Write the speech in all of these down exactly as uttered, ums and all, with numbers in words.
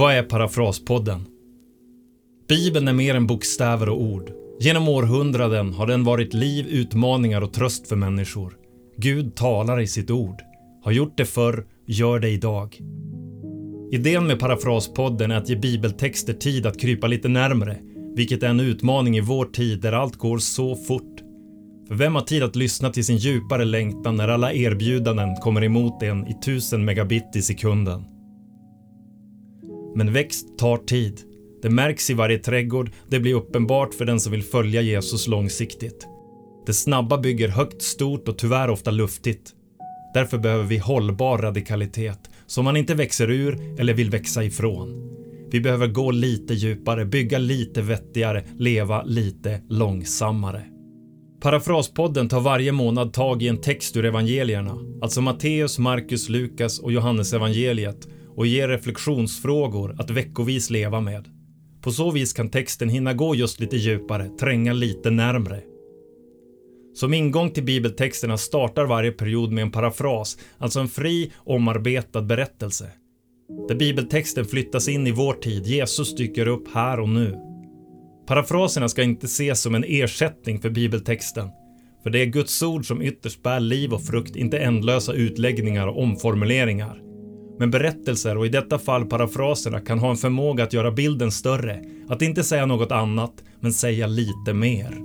Vad är Parafraspodden? Bibeln är mer än bokstäver och ord. Genom århundraden har den varit liv, utmaningar och tröst för människor. Gud talar i sitt ord. Har gjort det förr, gör det idag. Idén med Parafraspodden är att ge bibeltexter tid att krypa lite närmare, vilket är en utmaning i vår tid där allt går så fort. För vem har tid att lyssna till sin djupare längtan när alla erbjudanden kommer emot en i tusen megabit i sekunden? Men växt tar tid. Det märks i varje trädgård, det blir uppenbart för den som vill följa Jesus långsiktigt. Det snabba bygger högt, stort och tyvärr ofta luftigt. Därför behöver vi hållbar radikalitet, som man inte växer ur eller vill växa ifrån. Vi behöver gå lite djupare, bygga lite vettigare, leva lite långsammare. Parafraspodden tar varje månad tag i en text ur evangelierna, alltså Matteus, Markus, Lukas och Johannes evangeliet, och ger reflektionsfrågor att veckovis leva med. På så vis kan texten hinna gå just lite djupare, tränga lite närmre. Som ingång till bibeltexterna startar varje period med en parafras, alltså en fri, omarbetad berättelse. Där bibeltexten flyttas in i vår tid, Jesus dyker upp här och nu. Parafraserna ska inte ses som en ersättning för bibeltexten, för det är Guds ord som ytterst bär liv och frukt, inte ändlösa utläggningar och omformuleringar. Men berättelser, och i detta fall parafraserna, kan ha en förmåga att göra bilden större, att inte säga något annat, men säga lite mer.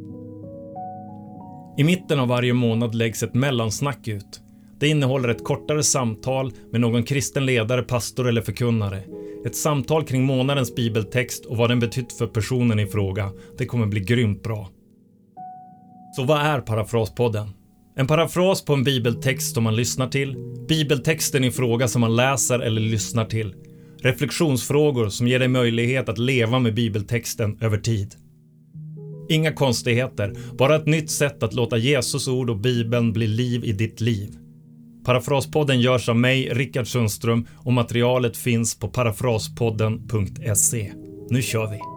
I mitten av varje månad läggs ett mellansnack ut. Det innehåller ett kortare samtal med någon kristen ledare, pastor eller förkunnare. Ett samtal kring månadens bibeltext och vad den betytt för personen i fråga. Det kommer bli grymt bra. Så vad är Parafraspodden? En parafras på en bibeltext som man lyssnar till. Bibeltexten i fråga som man läser eller lyssnar till. Reflektionsfrågor som ger dig möjlighet att leva med bibeltexten över tid. Inga konstigheter, bara ett nytt sätt att låta Jesus ord och Bibeln bli liv i ditt liv. Parafraspodden görs av mig, Rickard Sundström, och materialet finns på parafraspodden punkt se. Nu kör vi!